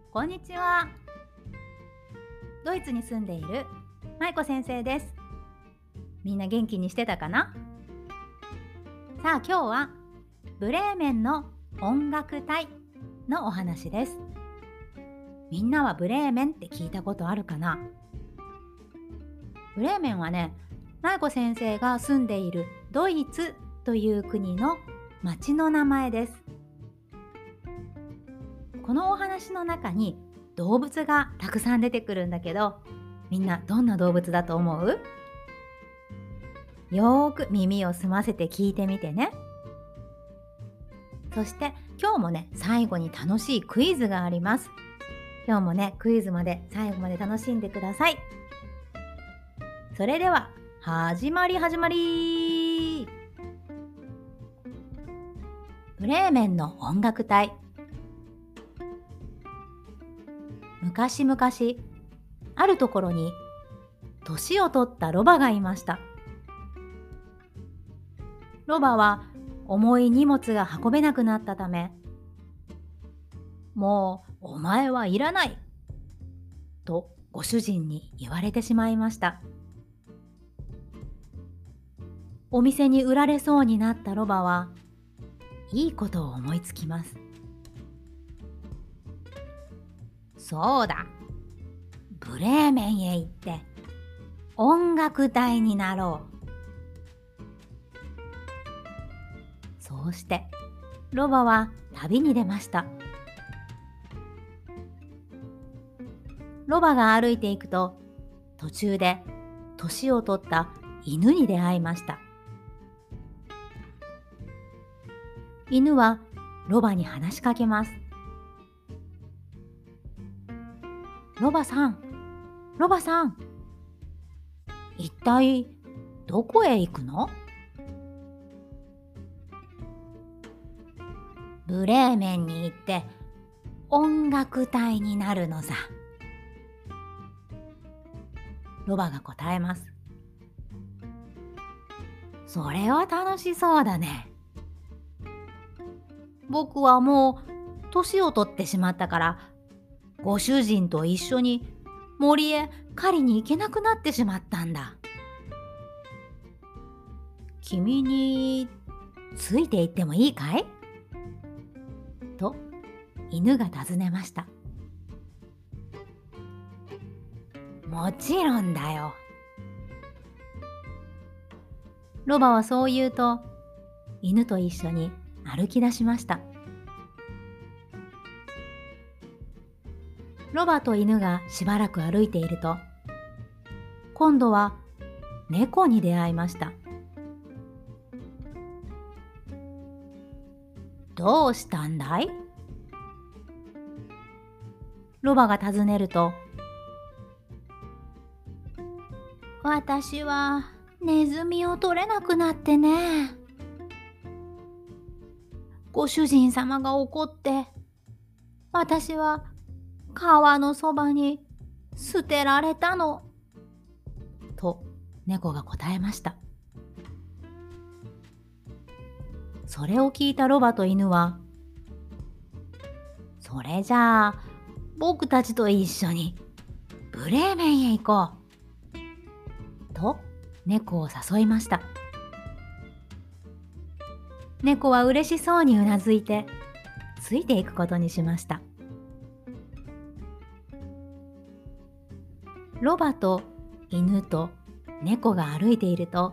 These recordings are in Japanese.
こんにちは。ドイツに住んでいる舞子先生です。みんな元気にしてたかな？さあ今日はブレーメンの音楽隊のお話です。みんなはブレーメンって聞いたことあるかな？ブレーメンはね、舞子先生が住んでいるドイツという国の町の名前です。このお話の中に動物がたくさん出てくるんだけど、みんなどんな動物だと思う？よーく耳を澄ませて聞いてみてね。そして今日もね、最後に楽しいクイズがあります。今日もね、クイズまで最後まで楽しんでください。それでは始まり。ブレーメンの音楽隊。昔々あるところに年を取ったロバがいました。ロバは重い荷物が運べなくなったため、もうお前はいらないとご主人に言われてしまいました。お店に売られそうになったロバはいいことを思いつきます。そうだ、ブレーメンへ行って音楽隊になろう。そうしてロバは旅に出ました。ロバが歩いていくと、途中で年を取った犬に出会いました。犬はロバに話しかけます。ロバさん、一体どこへ行くの？ブレーメンに行って音楽隊になるのさ。ロバが答えます。それは楽しそうだね。僕はもう年を取ってしまったから、ご主人と一緒に森へ狩りに行けなくなってしまったんだ。君について行ってもいいかい？と犬が尋ねました。もちろんだよ。ロバはそう言うと、犬と一緒に歩き出しました。ロバと犬がしばらく歩いていると、今度は猫に出会いました。どうしたんだい？ロバが尋ねると、私はネズミを取れなくなってね。ご主人様が怒って、私は川のそばに捨てられたの。と猫が答えました。それを聞いたロバと犬は、それじゃあ僕たちと一緒にブレーメンへ行こう。と猫を誘いました。猫は嬉しそうにうなずいてついていくことにしました。ロバと犬と猫が歩いていると、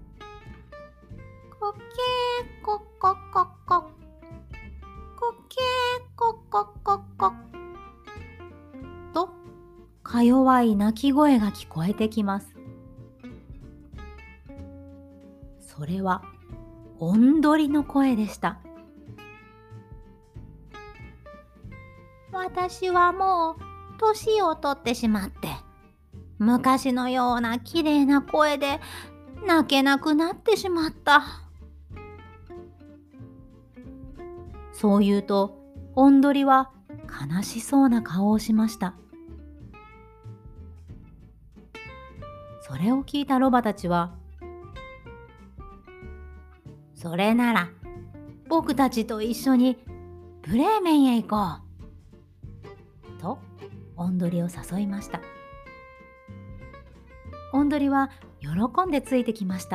コケーコッコッコッコッ、コケーコッコッコッコッとか弱い鳴き声が聞こえてきます。それは音鳥の声でした。私はもう年を取ってしまって、昔のような綺麗な声で泣けなくなってしまった。そう言うと、音鳥は悲しそうな顔をしました。それを聞いたロバたちは、それなら僕たちと一緒にブレーメンへ行こう。 とオンドリを誘いました。オンドリは喜んでついてきました。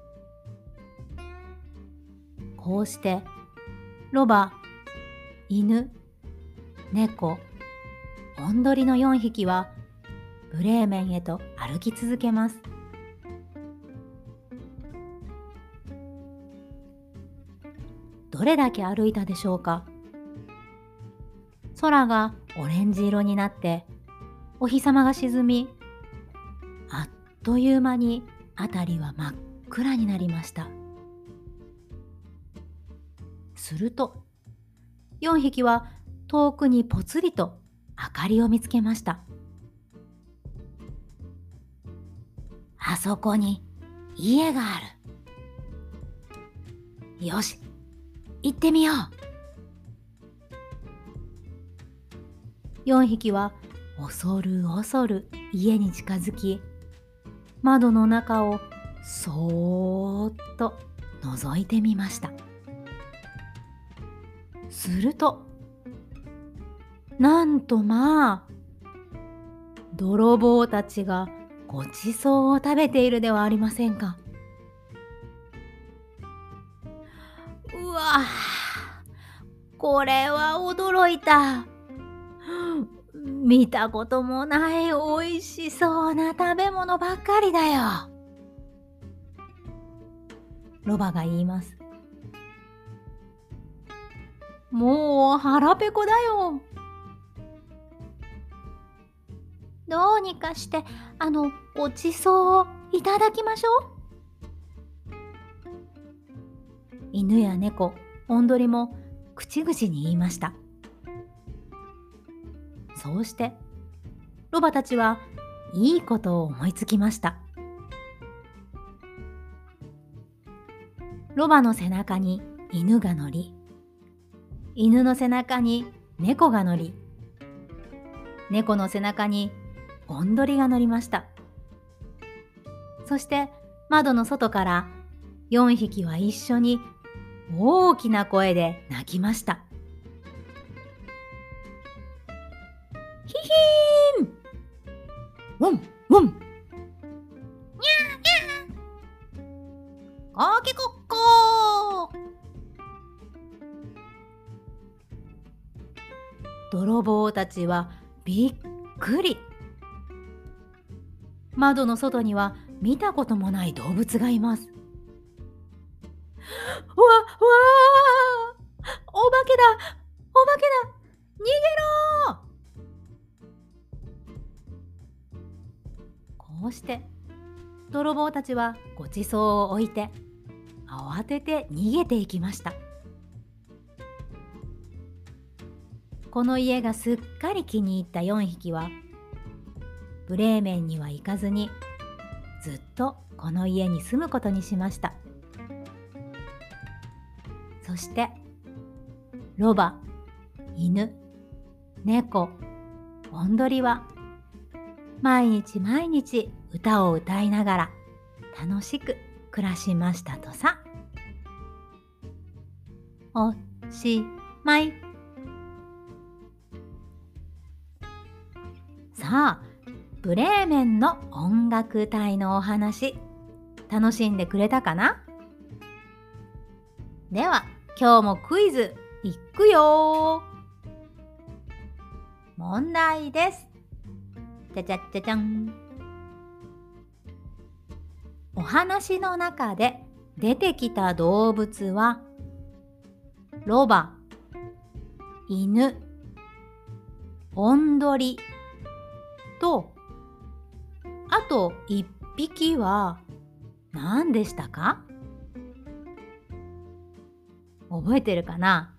こうしてロバ、犬、猫、オンドリの4匹はブレーメンへと歩き続けます。どれだけ歩いたでしょうか。空がオレンジ色になってお日様が沈み、あっという間に辺りは真っ暗になりました。すると4匹は遠くにぽつりと明かりを見つけました。あそこに家がある。よし、行ってみよう。4匹は恐る恐る家に近づき、窓の中をそーっと覗いてみました。すると、なんと泥棒たちがごちそうを食べているではありませんか。うわぁ、これは驚いた。見たこともない美味しそうな食べ物ばっかりだよ。ロバが言います。もう腹ペコだよ。どうにかしてごちそうをいただきましょう。犬や猫、オンドリも口々に言いました。そうしてロバたちはいいことを思いつきました。ロバの背中に犬が乗り、犬の背中に猫が乗り、猫の背中にオンドリが乗りました。そして窓の外から4匹は一緒に大きな声で鳴きました。ヒヒーン、ウンウン、ニャーニャー、コーケコッコー。泥棒たちはびっくり。窓の外には見たこともない動物がいます。わあ、お化けだ、お化けだ、逃げろ。こうして泥棒たちはごちそうを置いて慌てて逃げていきました。この家がすっかり気に入った4匹はブレーメンには行かずにずっとこの家に住むことにしました。そしてロバ、犬、猫、オンドリは毎日毎日歌を歌いながら楽しく暮らしましたとさ。おしまい。さあ、ブレーメンの音楽隊のお話、楽しんでくれたかな？では、今日もクイズいくよ。問題です。じゃじゃじゃじゃん。お話の中で出てきた動物はロバ、犬、オンドリと、あと1匹は何でしたか？覚えてるかな？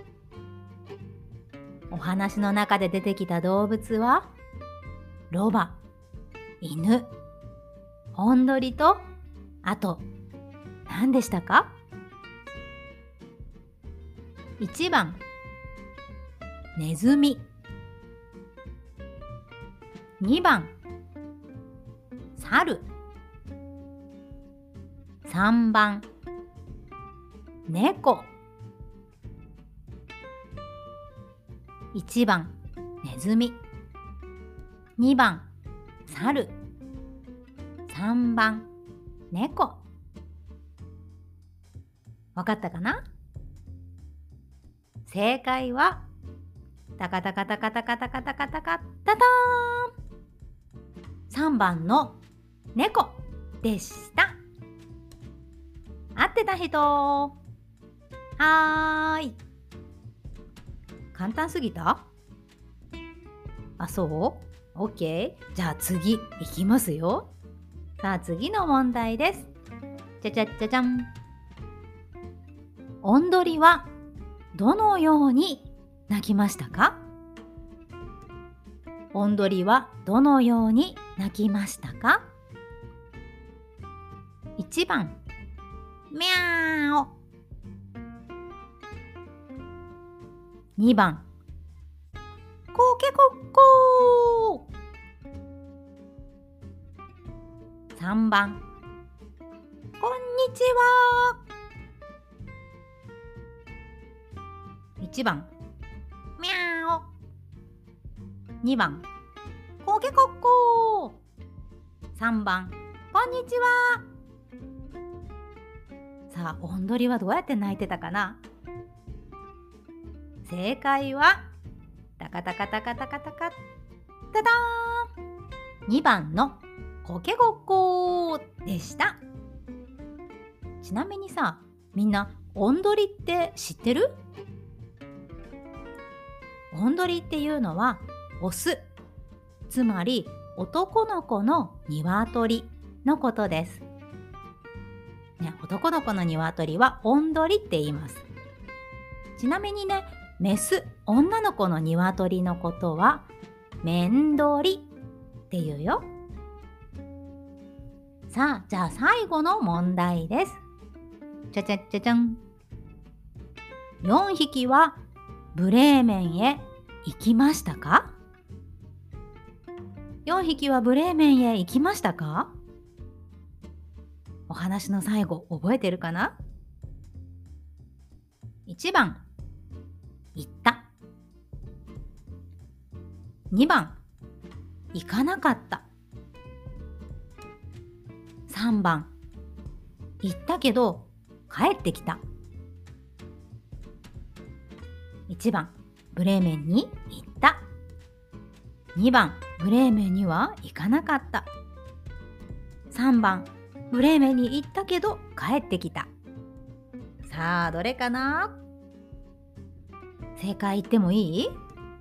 お話の中で出てきた動物はロバ、犬、オンドリと、あと何でしたか？1番ネズミ、2番猿、3番猫、1番ネズミ。2番猿。3番猫。わかったかな？正解はタカタカタカタカタカタカタカタターン、3番の猫でした。合ってた人？はーい。簡単すぎた？あ、そう？ OK。 じゃあ次いきますよ。さあ次の問題です。じゃじゃじゃじゃん。オンドリはどのように鳴きましたか？オンドリはどのように鳴きましたか？1番ミャーオ。2番コケコッコー。3番こんにちは。1番ミャーオ。2番コケコッコー。3番こんにちは。さあオンドリはどうやって鳴いてたかな？正解はタカタカタカタカタカタターン、2番のコケコッコーでした。ちなみにさ、みんなオンドリって知ってる？オンドリっていうのはオス、つまり男の子の鶏のことです。ね、男の子の鶏はオンドリって言います。ちなみにね、メス、女の子の鶏のことはメンドリって言うよ。さあ、じゃあ最後の問題です。じゃじゃじゃじゃん。4匹はブレーメンへ行きましたか？4匹はブレーメンへ行きましたか？お話の最後覚えてるかな？ 1 番行った。2番行かなかった。3番行ったけど帰ってきた。1番ブレーメンに行った。2番ブレーメンには行かなかった。3番ブレーメンに行ったけど帰ってきた。さあどれかな？正解言ってもいい？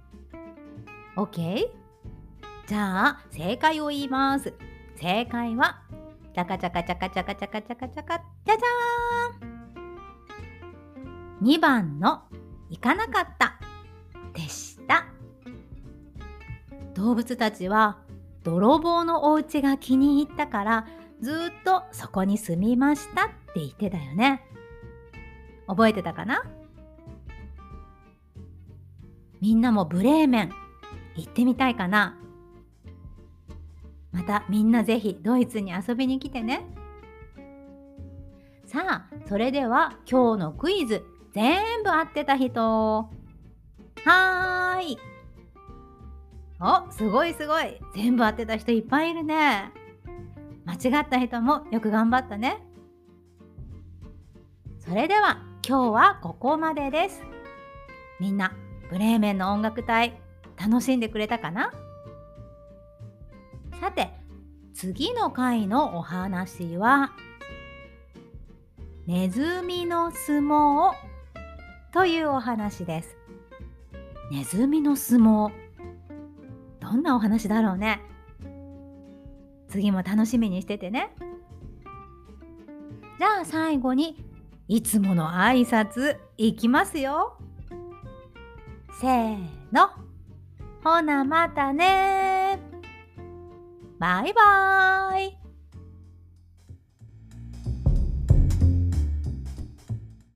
OK。 じゃあ正解を言います。正解はチャカチャカチャカチャカチャカチャカチャカチャジャーン、2番の行かなかったでした。動物たちは泥棒のお家が気に入ったからずっとそこに住みましたって言ってたよね。覚えてたかな？みんなもブレーメン行ってみたいかな？またみんなぜひドイツに遊びに来てね。さあそれでは今日のクイズ全部合ってた人？はーい。お、すごいすごい。全部合ってた人いっぱいいるね。間違った人もよく頑張ったね。それでは今日はここまでです。みんなブレーメンの音楽隊楽しんでくれたかな？さて次の回のお話はネズミの相撲というお話です。ネズミの相撲、どんなお話だろうね。次も楽しみにしててね。じゃあ最後にいつもの挨拶いきますよ。せーの。ほなまたね。バイバーイ。